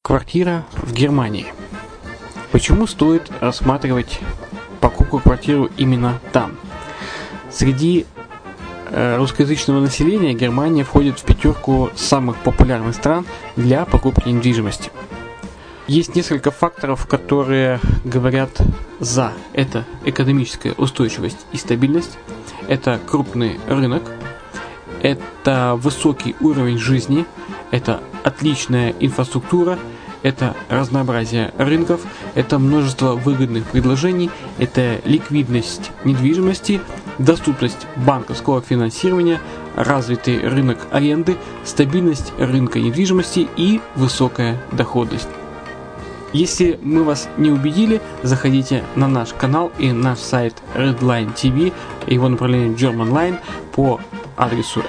Квартира в Германии. Почему стоит рассматривать покупку квартиры именно там? Среди русскоязычного населения Германия входит в пятерку самых популярных стран для покупки недвижимости. Есть несколько факторов, которые говорят за. Это экономическая устойчивость и стабильность, это крупный рынок, это высокий уровень жизни, это отличная инфраструктура, это разнообразие рынков, это множество выгодных предложений, это ликвидность недвижимости, доступность банковского финансирования, развитый рынок аренды, стабильность рынка недвижимости и высокая доходность. Если мы вас не убедили, заходите на наш канал и наш сайт Redline TV, его направление German Line по адресу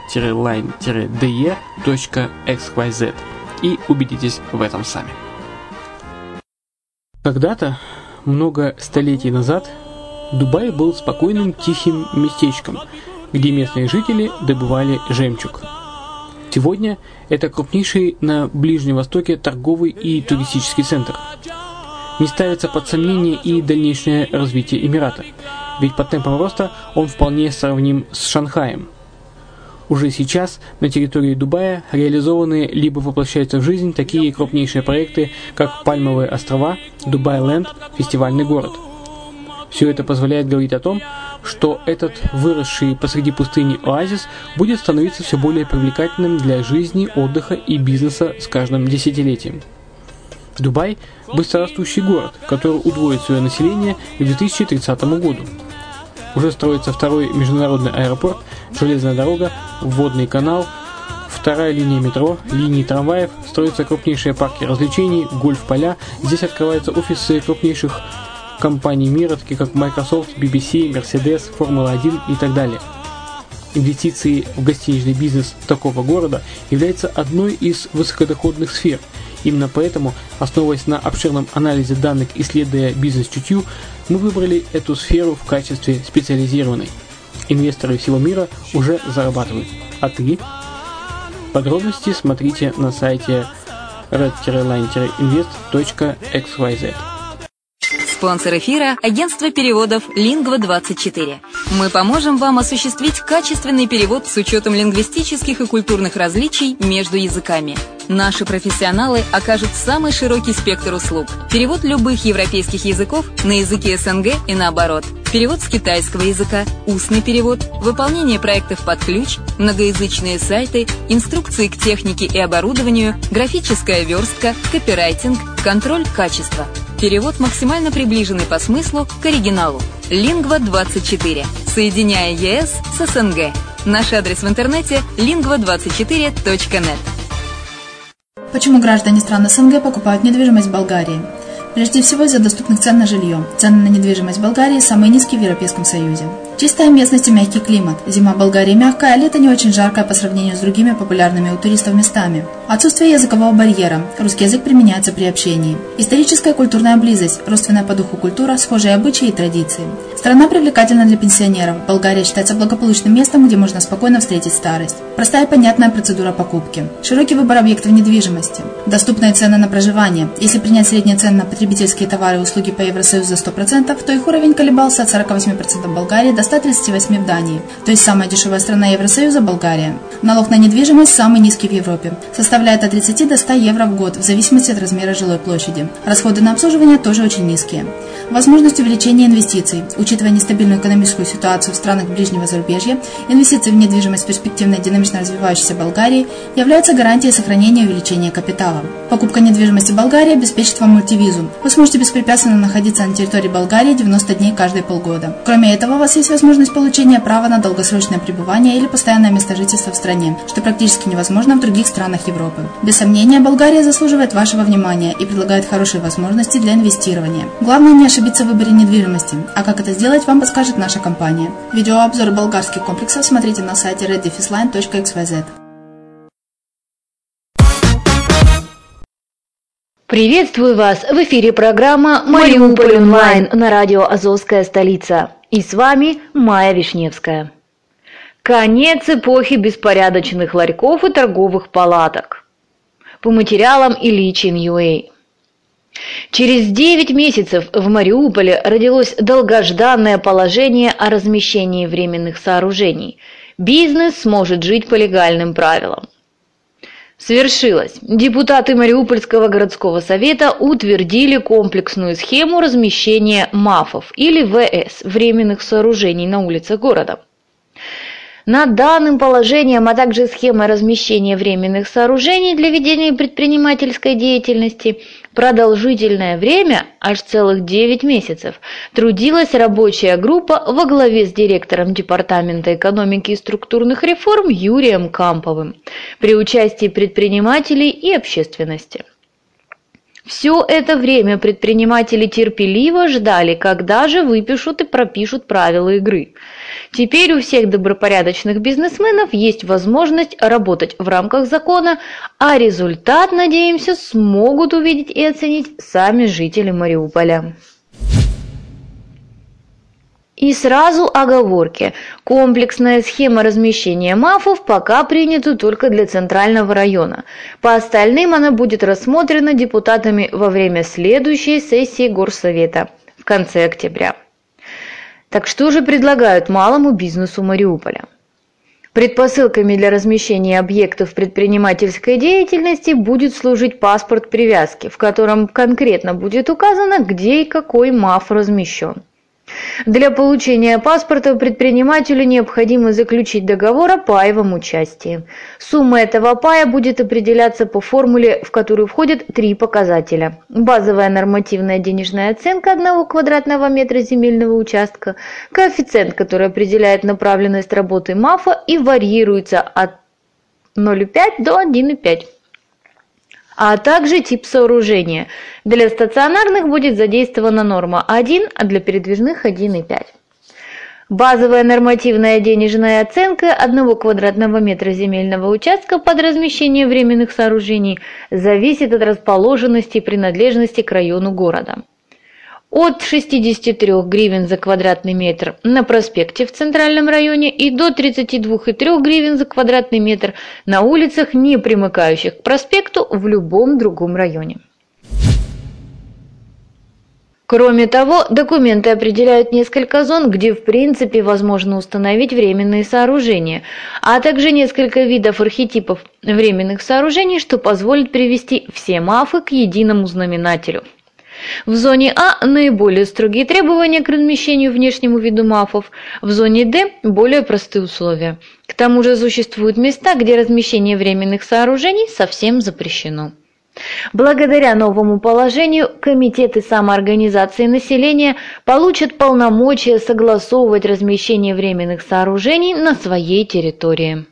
red-line-de.xyz и убедитесь в этом сами. Когда-то, много столетий назад, Дубай был спокойным тихим местечком, где местные жители добывали жемчуг. Сегодня это крупнейший на Ближнем Востоке торговый и туристический центр. Не ставится под сомнение и дальнейшее развитие Эмирата, ведь по темпам роста он вполне сравним с Шанхаем. Уже сейчас на территории Дубая реализованы либо воплощаются в жизнь такие крупнейшие проекты, как Пальмовые острова, Дубай-Ленд, фестивальный город. Все это позволяет говорить о том, что этот выросший посреди пустыни оазис будет становиться все более привлекательным для жизни, отдыха и бизнеса с каждым десятилетием. Дубай – быстрорастущий город, который удвоит свое население к 2030 году. Уже строится второй международный аэропорт, железная дорога, водный канал, вторая линия метро, линии трамваев, строятся крупнейшие парки развлечений, гольф-поля. Здесь открываются офисы крупнейших компаний мира, таких как Microsoft, BBC, Mercedes, Формула-1 и так далее. Инвестиции в гостиничный бизнес такого города являются одной из высокодоходных сфер. Именно поэтому, основываясь на обширном анализе данных, исследуя бизнес-чутью, мы выбрали эту сферу в качестве специализированной. Инвесторы всего мира уже зарабатывают. А ты? Подробности смотрите на сайте red-line-invest.xyz. Спонсор эфира – агентство переводов Lingva24. Мы поможем вам осуществить качественный перевод с учетом лингвистических и культурных различий между языками. Наши профессионалы окажут самый широкий спектр услуг. Перевод любых европейских языков на языки СНГ и наоборот. Перевод с китайского языка, устный перевод, выполнение проектов под ключ, многоязычные сайты, инструкции к технике и оборудованию, графическая верстка, копирайтинг, контроль качества. Перевод максимально приближенный по смыслу к оригиналу. Lingva24. Соединяя ЕС с СНГ. Наш адрес в интернете lingva24.net. Почему граждане стран СНГ покупают недвижимость в Болгарии? Прежде всего из-за доступных цен на жилье. Цены на недвижимость в Болгарии самые низкие в Европейском Союзе. Чистая местность и мягкий климат. Зима в Болгарии мягкая, а лето не очень жаркое по сравнению с другими популярными у туристов местами. Отсутствие языкового барьера. Русский язык применяется при общении. Историческая и культурная близость. Родственная по духу культура, схожие обычаи и традиции. Страна привлекательна для пенсионеров. Болгария считается благополучным местом, где можно спокойно встретить старость. Простая и понятная процедура покупки. Широкий выбор объектов недвижимости. Доступные цены на проживание. Если принять средние цены на потребительские товары и услуги по Евросоюзу за 100%, то их уровень колебался от 48% в Болгарии до 138% в Дании. То есть самая дешевая страна Евросоюза – Болгария. Налог на недвижимость самый низкий в Европе. Составляет от 30 до 100 евро в год, в зависимости от размера жилой площади. Расходы на обслуживание тоже очень низкие. Возможность увеличения инвестиций. Учитывая нестабильную экономическую ситуацию в странах ближнего зарубежья, инвестиции в недвижимость в перспективной динамично развивающейся Болгарии являются гарантией сохранения и увеличения капитала. Покупка недвижимости в Болгарии обеспечит вам мультивизу. Вы сможете беспрепятственно находиться на территории Болгарии 90 дней каждые полгода. Кроме этого, у вас есть возможность получения права на долгосрочное пребывание или постоянное место жительства в стране, что практически невозможно в других странах Европы. Без сомнения, Болгария заслуживает вашего внимания и предлагает хорошие возможности для инвестирования. Главное не ошибиться в выборе недвижимости, а как это сделать, вам подскажет наша компания. Видеообзор болгарских комплексов смотрите на сайте red-line.xyz. Приветствую вас! В эфире программа «Мариуполь онлайн» на радио «Азовская столица». И с вами Майя Вишневская. Конец эпохи беспорядочных ларьков и торговых палаток. по материалам Ильчин.ua. Через 9 месяцев в Мариуполе родилось долгожданное положение о размещении временных сооружений. Бизнес сможет жить по легальным правилам. Свершилось. Депутаты Мариупольского городского совета утвердили комплексную схему размещения МАФов или ВС, временных сооружений на улицах города. Над данным положением, а также схемой размещения временных сооружений для ведения предпринимательской деятельности продолжительное время, аж целых 9 месяцев, трудилась рабочая группа во главе с директором Департамента экономики и структурных реформ Юрием Камповым при участии предпринимателей и общественности. Все это время предприниматели терпеливо ждали, когда же выпишут и пропишут правила игры. Теперь у всех добропорядочных бизнесменов есть возможность работать в рамках закона, а результат, надеемся, смогут увидеть и оценить сами жители Мариуполя. И сразу оговорки. Комплексная схема размещения МАФов пока принята только для Центрального района. По остальным она будет рассмотрена депутатами во время следующей сессии Горсовета в конце октября. Так что же предлагают малому бизнесу Мариуполя? Предпосылками для размещения объектов предпринимательской деятельности будет служить паспорт привязки, в котором конкретно будет указано, где и какой МАФ размещен. Для получения паспорта предпринимателю необходимо заключить договор о паевом участии. Сумма этого пая будет определяться по формуле, в которую входят 3 показателя. Базовая нормативная денежная оценка 1 квадратного метра земельного участка, коэффициент, который определяет направленность работы МАФа и варьируется от 0,5 до 1,5. А также тип сооружения. Для стационарных будет задействована норма 1, а для передвижных 1,5. Базовая нормативная денежная оценка 1 квадратного метра земельного участка под размещение временных сооружений зависит от расположенности и принадлежности к району города. От 63 гривен за квадратный метр на проспекте в Центральном районе и до 32,3 гривен за квадратный метр на улицах, не примыкающих к проспекту, в любом другом районе. Кроме того, документы определяют несколько зон, где в принципе возможно установить временные сооружения, а также несколько видов архетипов временных сооружений, что позволит привести все МАФы к единому знаменателю. В зоне А наиболее строгие требования к размещению внешнему виду МАФов, в зоне Д более простые условия. К тому же существуют места, где размещение временных сооружений совсем запрещено. Благодаря новому положению комитеты самоорганизации населения получат полномочия согласовывать размещение временных сооружений на своей территории.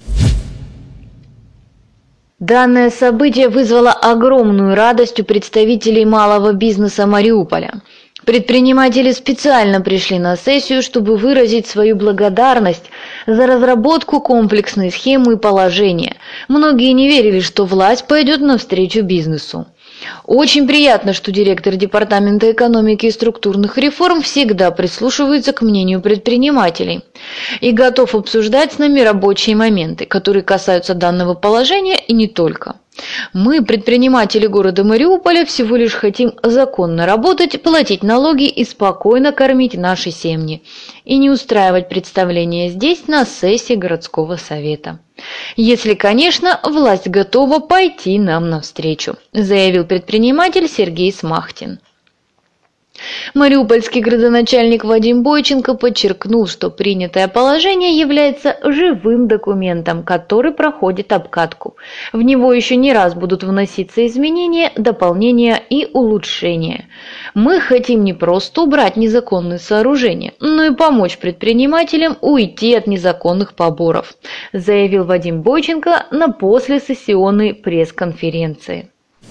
Данное событие вызвало огромную радость у представителей малого бизнеса Мариуполя. Предприниматели специально пришли на сессию, чтобы выразить свою благодарность за разработку комплексной схемы и положения. Многие не верили, что власть пойдет навстречу бизнесу. Очень приятно, что директор Департамента экономики и структурных реформ всегда прислушивается к мнению предпринимателей и готов обсуждать с нами рабочие моменты, которые касаются данного положения и не только. Мы, предприниматели города Мариуполя, всего лишь хотим законно работать, платить налоги и спокойно кормить наши семьи, и не устраивать представления здесь на сессии городского совета. Если, конечно, власть готова пойти нам навстречу, заявил предприниматель Сергей Смахтин. Мариупольский градоначальник Вадим Бойченко подчеркнул, что принятое положение является живым документом, который проходит обкатку. В него еще не раз будут вноситься изменения, дополнения и улучшения. Мы хотим не просто убрать незаконные сооружения, но и помочь предпринимателям уйти от незаконных поборов, заявил Вадим Бойченко на послесессионной пресс-конференции.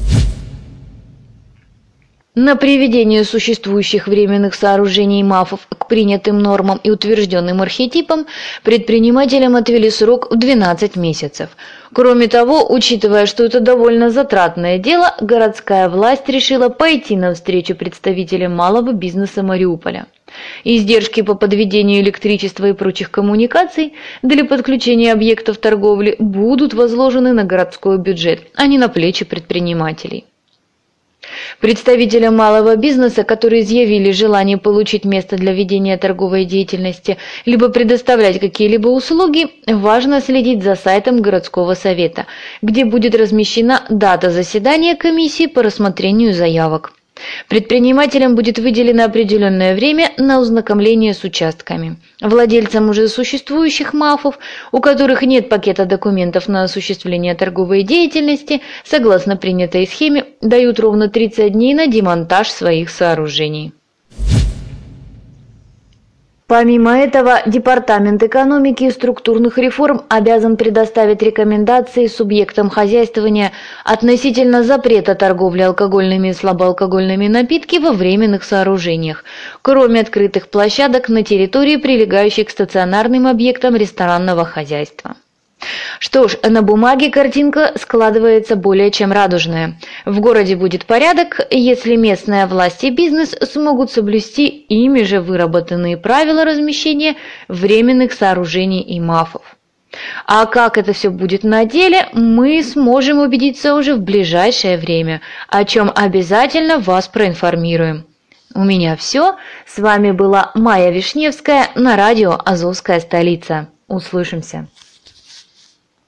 На приведение существующих временных сооружений МАФов к принятым нормам и утвержденным архетипам предпринимателям отвели срок в 12 месяцев. Кроме того, учитывая, что это довольно затратное дело, городская власть решила пойти навстречу представителям малого бизнеса Мариуполя. Издержки по подведению электричества и прочих коммуникаций для подключения объектов торговли будут возложены на городской бюджет, а не на плечи предпринимателей. Представителям малого бизнеса, которые изъявили желание получить место для ведения торговой деятельности, либо предоставлять какие-либо услуги, важно следить за сайтом городского совета, где будет размещена дата заседания комиссии по рассмотрению заявок. Предпринимателям будет выделено определенное время на ознакомление с участками. Владельцам уже существующих МАФов, у которых нет пакета документов на осуществление торговой деятельности, согласно принятой схеме, дают ровно 30 дней на демонтаж своих сооружений. Помимо этого, Департамент экономики и структурных реформ обязан предоставить рекомендации субъектам хозяйствования относительно запрета торговли алкогольными и слабоалкогольными напитками во временных сооружениях, кроме открытых площадок на территории, прилегающей к стационарным объектам ресторанного хозяйства. Что ж, на бумаге картинка складывается более чем радужная. В городе будет порядок, если местная власть и бизнес смогут соблюсти ими же выработанные правила размещения временных сооружений и МАФов. А как это все будет на деле, мы сможем убедиться уже в ближайшее время, о чем обязательно вас проинформируем. У меня все. С вами была Майя Вишневская на радио «Азовская столица». Услышимся.